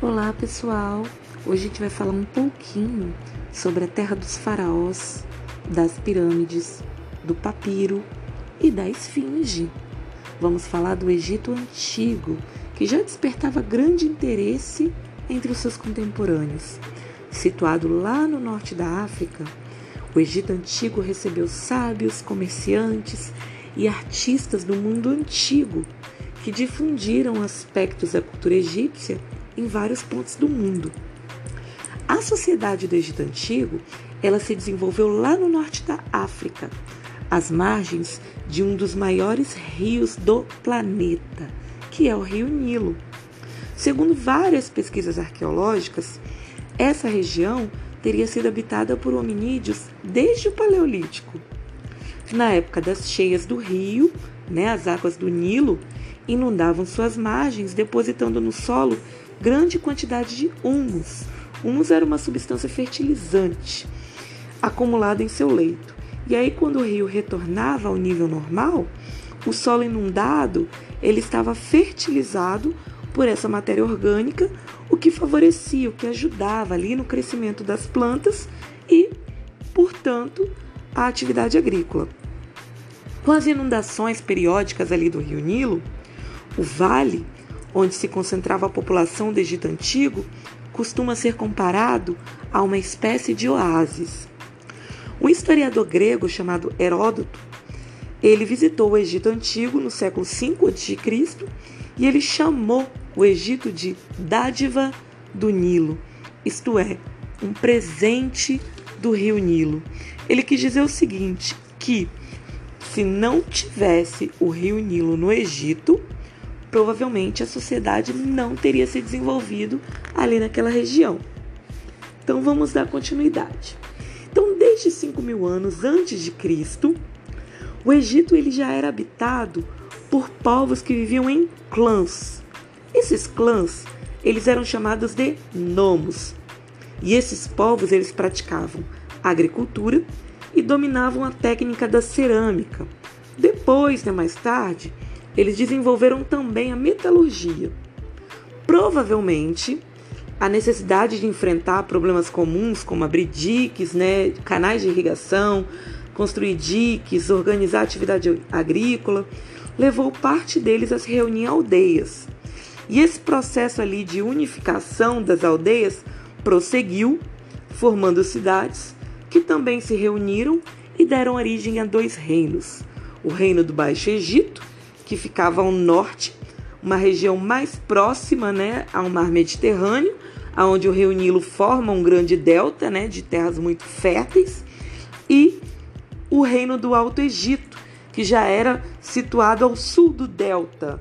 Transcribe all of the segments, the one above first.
Olá pessoal, hoje a gente vai falar um pouquinho sobre a terra dos faraós, das pirâmides, do papiro e da esfinge. Vamos falar do Egito Antigo, que já despertava grande interesse entre os seus contemporâneos. Situado lá no norte da África, o Egito Antigo recebeu sábios, comerciantes e artistas do mundo antigo que difundiram aspectos da cultura egípcia em vários pontos do mundo. A sociedade do Egito Antigo, ela se desenvolveu lá no norte da África, às margens de um dos maiores rios do planeta, que é o Rio Nilo. Segundo várias pesquisas arqueológicas, essa região teria sido habitada por hominídeos desde o Paleolítico. Na época das cheias do rio, as águas do Nilo inundavam suas margens, depositando no solo grande quantidade de humus. Humus era uma substância fertilizante acumulada em seu leito. E aí, quando o rio retornava ao nível normal, o solo inundado ele estava fertilizado por essa matéria orgânica, o que favorecia, o que ajudava ali no crescimento das plantas e, portanto, a atividade agrícola. Com as inundações periódicas ali do Rio Nilo, o vale, onde se concentrava a população do Egito Antigo, costuma ser comparado a uma espécie de oásis. Um historiador grego chamado Heródoto, ele visitou o Egito Antigo no século V a.C. e ele chamou o Egito de dádiva do Nilo, isto é, um presente do Rio Nilo. Ele quis dizer o seguinte, que se não tivesse o Rio Nilo no Egito, provavelmente a sociedade não teria se desenvolvido ali naquela região. Então vamos dar continuidade. Então, desde 5.000 anos antes de Cristo, o Egito ele já era habitado por povos que viviam em clãs. Esses clãs, eles eram chamados de nomos. E esses povos, eles praticavam agricultura e dominavam a técnica da cerâmica. Depois, mais tarde, eles desenvolveram também a metalurgia. Provavelmente, a necessidade de enfrentar problemas comuns, como abrir diques, canais de irrigação, construir diques, organizar a atividade agrícola, levou parte deles a se reunir em aldeias. E esse processo ali de unificação das aldeias prosseguiu, formando cidades que também se reuniram e deram origem a 2 reinos. O reino do Baixo Egito, que ficava ao norte, uma região mais próxima ao mar Mediterrâneo, onde o rio Nilo forma um grande delta de terras muito férteis, e o reino do Alto Egito, que já era situado ao sul do delta,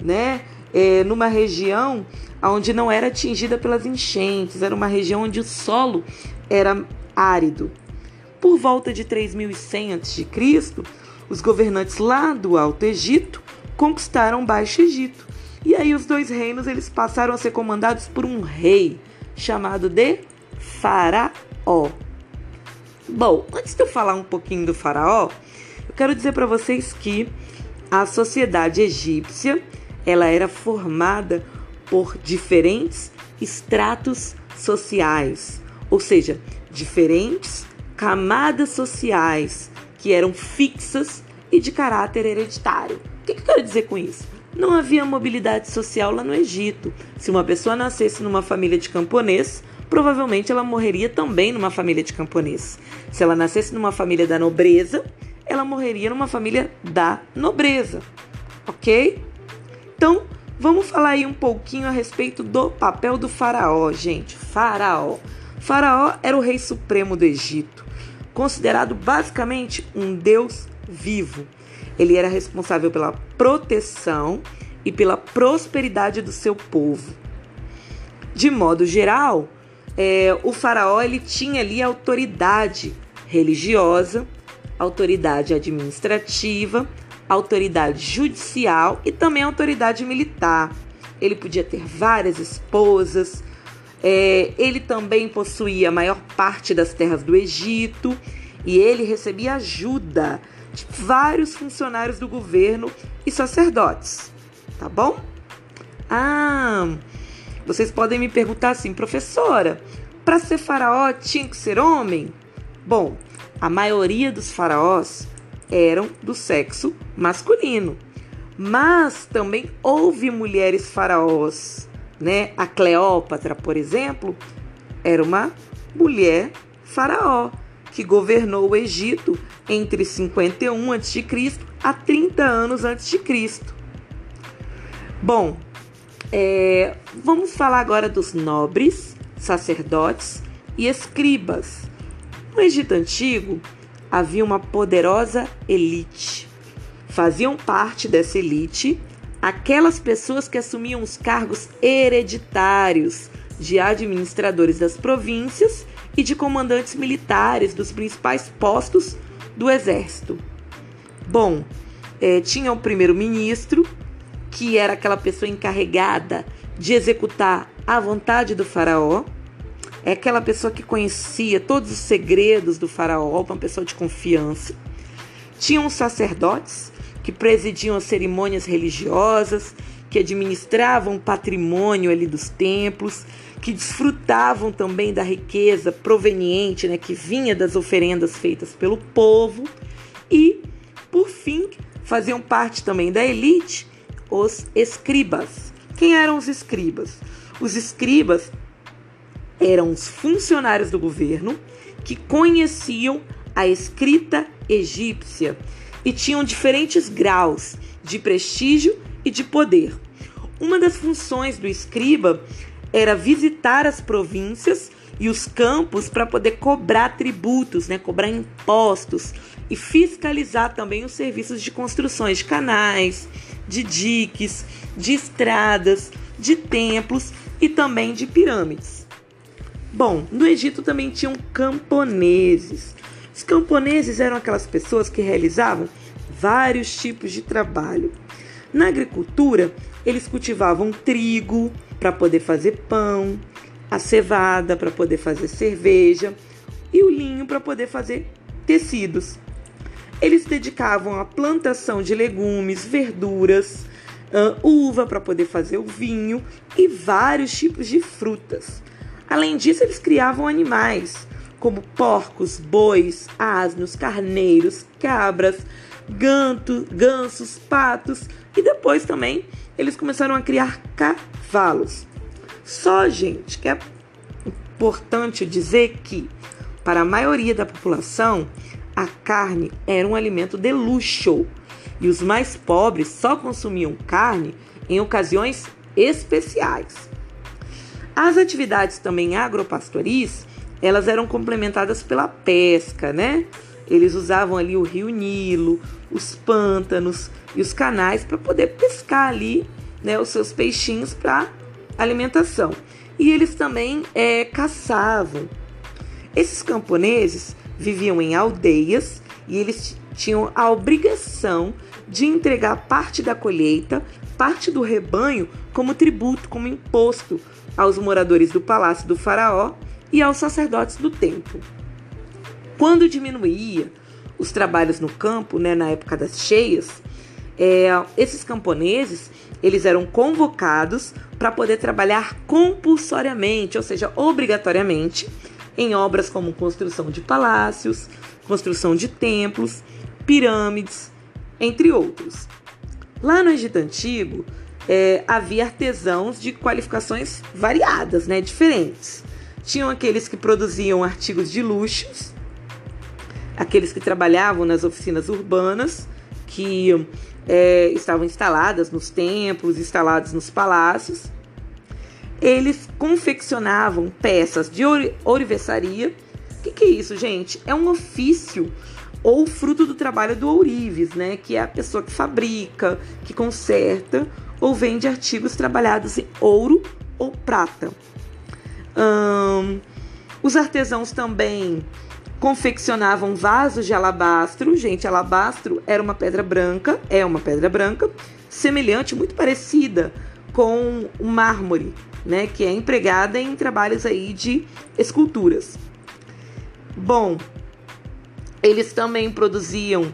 numa região onde não era atingida pelas enchentes, era uma região onde o solo era árido. Por volta de 3.100 a.C., os governantes lá do Alto Egito conquistaram o Baixo Egito. E aí os 2 reinos eles passaram a ser comandados por um rei chamado de Faraó. Bom, antes de eu falar um pouquinho do Faraó, eu quero dizer para vocês que a sociedade egípcia ela era formada por diferentes estratos sociais, ou seja, diferentes camadas sociais que eram fixas e de caráter hereditário. O que eu quero dizer com isso? Não havia mobilidade social lá no Egito. Se uma pessoa nascesse numa família de camponês, provavelmente ela morreria também numa família de camponês. Se ela nascesse numa família da nobreza, ela morreria numa família da nobreza. Ok? Então, vamos falar aí um pouquinho a respeito do papel do faraó, gente. Faraó. Faraó era o rei supremo do Egito, considerado basicamente um deus vivo. Ele era responsável pela proteção e pela prosperidade do seu povo. De modo geral, o faraó ele tinha ali autoridade religiosa, autoridade administrativa, autoridade judicial e também autoridade militar. Ele podia ter várias esposas. Ele também possuía a maior parte das terras do Egito e ele recebia ajuda de vários funcionários do governo e sacerdotes, tá bom? Vocês podem me perguntar assim, professora, para ser faraó tinha que ser homem? Bom, a maioria dos faraós eram do sexo masculino, mas também houve mulheres faraós, né? A Cleópatra, por exemplo, era uma mulher faraó que governou o Egito entre 51 a.C. a 30 anos a.C. Bom, vamos falar agora dos nobres, sacerdotes e escribas. No Egito Antigo, havia uma poderosa elite. Faziam parte dessa elite aquelas pessoas que assumiam os cargos hereditários de administradores das províncias e de comandantes militares dos principais postos do exército. Bom, tinha o primeiro-ministro, que era aquela pessoa encarregada de executar a vontade do faraó. É aquela pessoa que conhecia todos os segredos do faraó, uma pessoa de confiança. Tinham os sacerdotes, que presidiam as cerimônias religiosas, que administravam o patrimônio ali dos templos, que desfrutavam também da riqueza proveniente, né, que vinha das oferendas feitas pelo povo. E, por fim, faziam parte também da elite os escribas. Quem eram os escribas? Os escribas eram os funcionários do governo que conheciam a escrita egípcia e tinham diferentes graus de prestígio e de poder. Uma das funções do escriba era visitar as províncias e os campos para poder cobrar tributos, né, cobrar impostos e fiscalizar também os serviços de construções de canais, de diques, de estradas, de templos e também de pirâmides. Bom, no Egito também tinham camponeses. Os camponeses eram aquelas pessoas que realizavam vários tipos de trabalho. Na agricultura, eles cultivavam trigo para poder fazer pão, a cevada para poder fazer cerveja e o linho para poder fazer tecidos. Eles se dedicavam à plantação de legumes, verduras, uva para poder fazer o vinho e vários tipos de frutas. Além disso, eles criavam animais, como porcos, bois, asnos, carneiros, cabras, gansos, patos e depois também eles começaram a criar cavalos. Só, gente, que é importante dizer que para a maioria da população a carne era um alimento de luxo e os mais pobres só consumiam carne em ocasiões especiais. As atividades também agropastoris, elas eram complementadas pela pesca, né? Eles usavam ali o rio Nilo, os pântanos e os canais para poder pescar ali, né, os seus peixinhos para alimentação. E eles também caçavam. Esses camponeses viviam em aldeias e eles tinham a obrigação de entregar parte da colheita, parte do rebanho, como tributo, como imposto aos moradores do palácio do faraó e aos sacerdotes do templo. Quando diminuía os trabalhos no campo, né, na época das cheias, esses camponeses eles eram convocados para poder trabalhar compulsoriamente, ou seja, obrigatoriamente, em obras como construção de palácios, construção de templos, pirâmides, entre outros. Lá no Egito Antigo, havia artesãos de qualificações variadas, né, diferentes. Tinham aqueles que produziam artigos de luxo, aqueles que trabalhavam nas oficinas urbanas, que estavam instaladas nos templos, instalados nos palácios. Eles confeccionavam peças de ourivesaria. O que é isso, gente? É um ofício ou fruto do trabalho do ourives, né? Que é a pessoa que fabrica, que conserta ou vende artigos trabalhados em ouro ou prata. Os artesãos também confeccionavam vasos de alabastro. Gente, alabastro era uma pedra branca, semelhante, muito parecida com o mármore, né, que é empregada em trabalhos aí de esculturas. Bom, eles também produziam,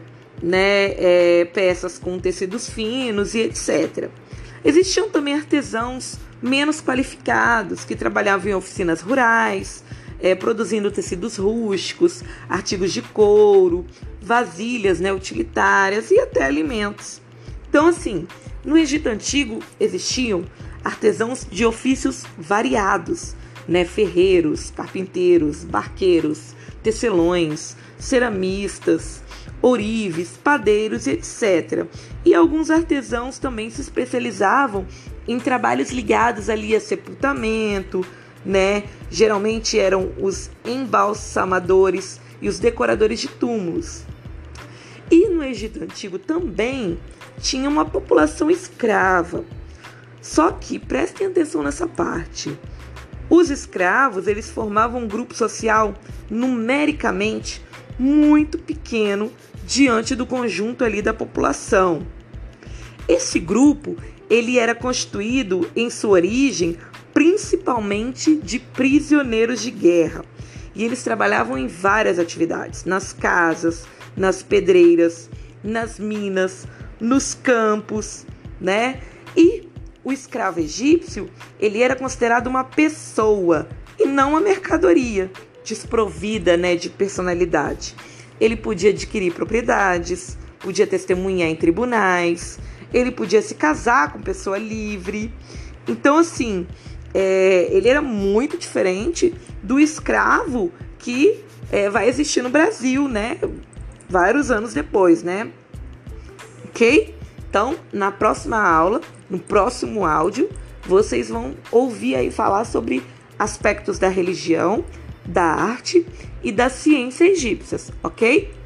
né, peças com tecidos finos e etc. Existiam também artesãos menos qualificados, que trabalhavam em oficinas rurais, produzindo tecidos rústicos, artigos de couro, vasilhas, né, utilitárias e até alimentos. Então, assim, no Egito Antigo existiam artesãos de ofícios variados, né, ferreiros, carpinteiros, barqueiros, tecelões, ceramistas, ourives, padeiros, etc. E alguns artesãos também se especializavam em trabalhos ligados ali a sepultamento, né? Geralmente eram os embalsamadores e os decoradores de túmulos. E no Egito Antigo também tinha uma população escrava. Só que prestem atenção nessa parte. Os escravos, eles formavam um grupo social numericamente muito pequeno diante do conjunto ali da população. Esse grupo, ele era constituído em sua origem principalmente de prisioneiros de guerra. E eles trabalhavam em várias atividades, nas casas, nas pedreiras, nas minas, nos campos, né? E o escravo egípcio, ele era considerado uma pessoa e não uma mercadoria desprovida, né, de personalidade. Ele podia adquirir propriedades, podia testemunhar em tribunais, ele podia se casar com pessoa livre. Então, assim, ele era muito diferente do escravo que vai existir no Brasil, né, vários anos depois, né? Ok? Então, na próxima aula, no próximo áudio, vocês vão ouvir aí falar sobre aspectos da religião, da arte e da ciência egípcias, ok?